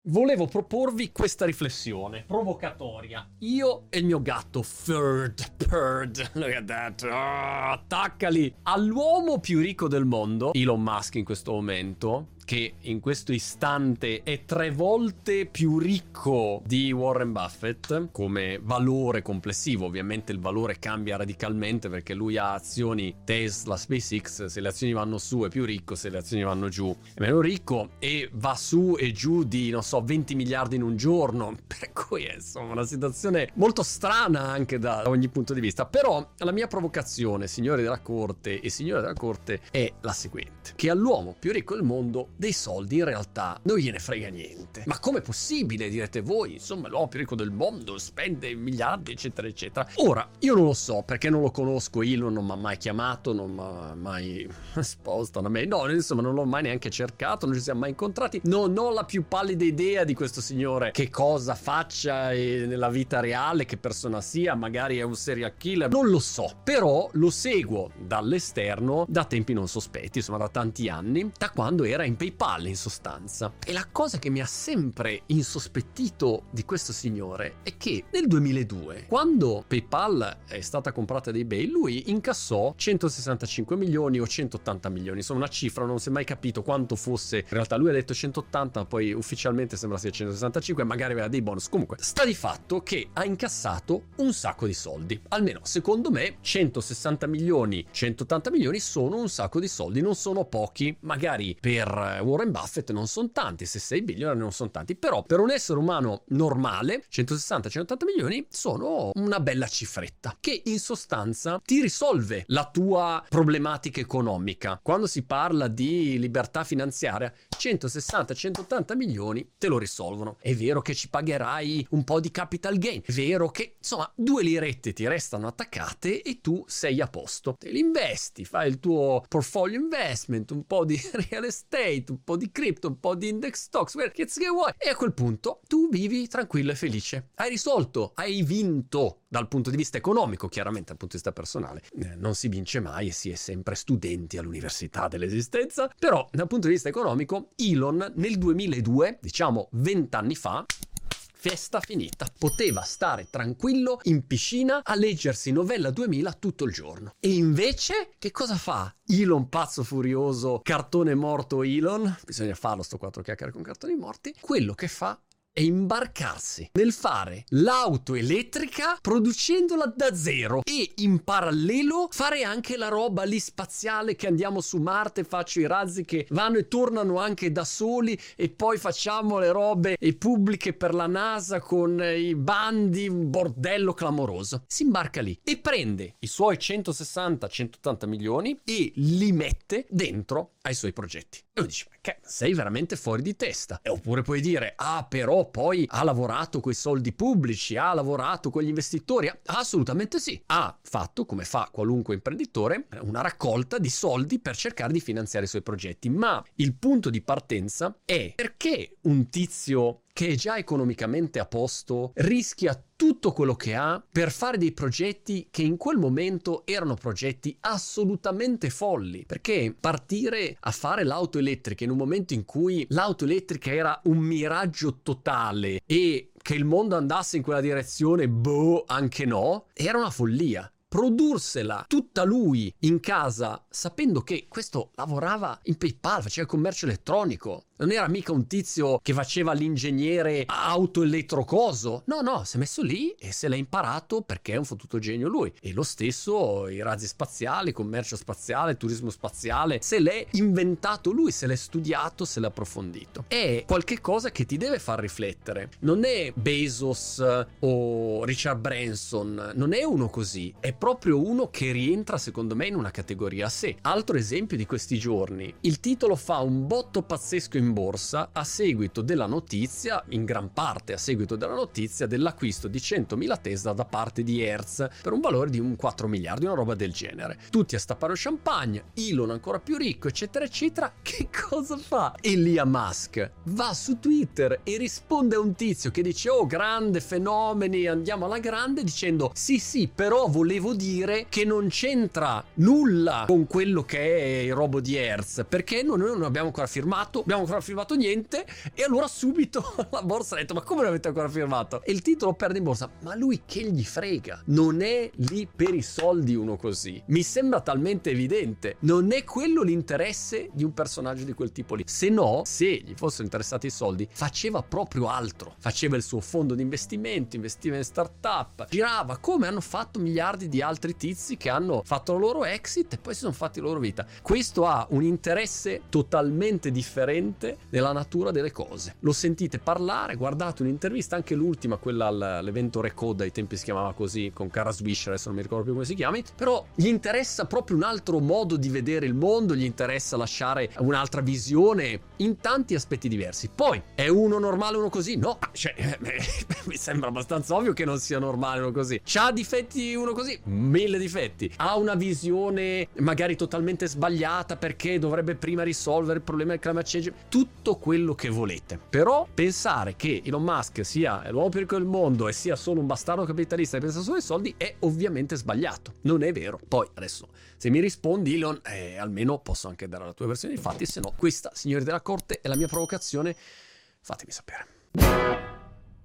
volevo proporvi questa riflessione provocatoria. Io e il mio gatto Purd, look at that, attaccali. All'uomo più ricco del mondo, Elon Musk in questo momento, che in questo istante è 3 volte più ricco di Warren Buffett come valore complessivo. Ovviamente il valore cambia radicalmente perché lui ha azioni Tesla, SpaceX, se le azioni vanno su è più ricco, se le azioni vanno giù è meno ricco, e va su e giù di, non so, 20 miliardi in un giorno, per cui è insomma una situazione molto strana anche da ogni punto di vista. Però la mia provocazione, signori della corte e signore della corte, è la seguente: che all'uomo più ricco del mondo dei soldi in realtà non gliene frega niente. Ma com'è possibile, direte voi? Insomma, l'uomo più ricco del mondo spende miliardi, eccetera eccetera. Ora, io non lo so perché non lo conosco. Elon non mi ha mai chiamato, non mi ha mai esposto a me, no, insomma non l'ho mai neanche cercato, non ci siamo mai incontrati, non ho la più pallida idea di questo signore, che cosa faccia nella vita reale, che persona sia, magari è un serial killer, non lo so, però lo seguo dall'esterno da tempi non sospetti, insomma da tanti anni, da quando era in PayPal in sostanza. E la cosa che mi ha sempre insospettito di questo signore è che nel 2002, quando PayPal è stata comprata da eBay, lui incassò 165 milioni o 180 milioni, insomma una cifra, non si è mai capito quanto fosse, in realtà lui ha detto 180, poi ufficialmente sembra sia 165, magari aveva dei bonus. Comunque sta di fatto che ha incassato un sacco di soldi, almeno secondo me 160 milioni, 180 milioni sono un sacco di soldi, non sono pochi, magari per Warren Buffett non sono tanti, se sei billionaire non sono tanti, però per un essere umano normale 160-180 milioni sono una bella cifretta che in sostanza ti risolve la tua problematica economica. Quando si parla di libertà finanziaria, 160-180 milioni te lo risolvono. È vero che ci pagherai un po' di capital gain, è vero che insomma 2 lirette ti restano attaccate e tu sei a posto, te li investi, fai il tuo portfolio investment, un po' di real estate, un po' di crypto, un po' di index stocks, che vuoi, e a quel punto tu vivi tranquillo e felice. Hai risolto, hai vinto dal punto di vista economico. Chiaramente dal punto di vista personale non si vince mai e si è sempre studenti all'università dell'esistenza, però dal punto di vista economico Elon nel 2002, diciamo 20 anni fa, festa finita, poteva stare tranquillo in piscina a leggersi Novella 2000 tutto il giorno. E invece che cosa fa Elon pazzo furioso, cartone morto Elon? Bisogna farlo sto 4 chiacchiere con cartoni morti. Quello che fa è imbarcarsi nel fare l'auto elettrica producendola da zero e in parallelo fare anche la roba lì spaziale, che andiamo su Marte, faccio i razzi che vanno e tornano anche da soli e poi facciamo le robe pubbliche per la NASA con i bandi, un bordello clamoroso. Si imbarca lì e prende i suoi 160-180 milioni e li mette dentro ai suoi progetti. E uno dice: ma che, sei veramente fuori di testa? Oppure puoi dire: ah, però poi ha lavorato coi soldi pubblici, ha lavorato con gli investitori. Assolutamente sì, ha fatto, come fa qualunque imprenditore, una raccolta di soldi per cercare di finanziare i suoi progetti. Ma il punto di partenza è: perché un tizio che è già economicamente a posto rischia tutto quello che ha per fare dei progetti che in quel momento erano progetti assolutamente folli? Perché partire a fare l'auto elettrica in un momento in cui l'auto elettrica era un miraggio totale e che il mondo andasse in quella direzione, boh, anche no, era una follia. Prodursela tutta lui in casa, sapendo che questo lavorava in PayPal, faceva il commercio elettronico, non era mica un tizio che faceva l'ingegnere auto elettrocoso, no, si è messo lì e se l'ha imparato perché è un fottuto genio lui. E lo stesso i razzi spaziali, commercio spaziale, turismo spaziale, se l'è inventato lui, se l'è studiato, se l'è approfondito. È qualche cosa che ti deve far riflettere. Non è Bezos o Richard Branson, non è uno così, è proprio uno che rientra secondo me in una categoria a sé. Altro esempio di questi giorni: il titolo fa un botto pazzesco in borsa a seguito della notizia, in gran parte a seguito della notizia dell'acquisto di 100.000 Tesla da parte di Hertz per un valore di un 4 miliardi, una roba del genere. Tutti a stappare champagne, Elon ancora più ricco, eccetera eccetera. Che cosa fa Elon Musk? Va su Twitter e risponde a un tizio che dice: oh, grande, fenomeni, andiamo alla grande, dicendo sì, però volevo devo dire che non c'entra nulla con quello che è il robo di Hertz, perché noi non abbiamo ancora firmato niente, e allora subito la borsa ha detto: ma come non avete ancora firmato? E il titolo perde in borsa. Ma lui che gli frega? Non è lì per i soldi uno così. Mi sembra talmente evidente. Non è quello l'interesse di un personaggio di quel tipo lì. Se no, se gli fossero interessati i soldi, faceva proprio altro. Faceva il suo fondo di investimento, investiva in startup, girava come hanno fatto miliardi di altri tizi che hanno fatto la loro exit e poi si sono fatti la loro vita. Questo ha un interesse totalmente differente nella natura delle cose. Lo sentite parlare, guardate un'intervista, anche l'ultima, quella all'evento Recode, ai tempi si chiamava così, con Kara Swisher, adesso non mi ricordo più come si chiami, però gli interessa proprio un altro modo di vedere il mondo, gli interessa lasciare un'altra visione in tanti aspetti diversi. Poi, è uno normale uno così? No, cioè, mi sembra abbastanza ovvio che non sia normale uno così. C'ha difetti uno così? 1000 difetti. Ha una visione magari totalmente sbagliata perché dovrebbe prima risolvere il problema del climate change, tutto quello che volete. Però pensare che Elon Musk sia l'uomo più ricco del mondo e sia solo un bastardo capitalista che pensa solo ai soldi è ovviamente sbagliato. Non è vero. Poi adesso, se mi rispondi, Elon, almeno posso anche dare la tua versione dei fatti, se no questa, signori della corte, è la mia provocazione. Fatemi sapere.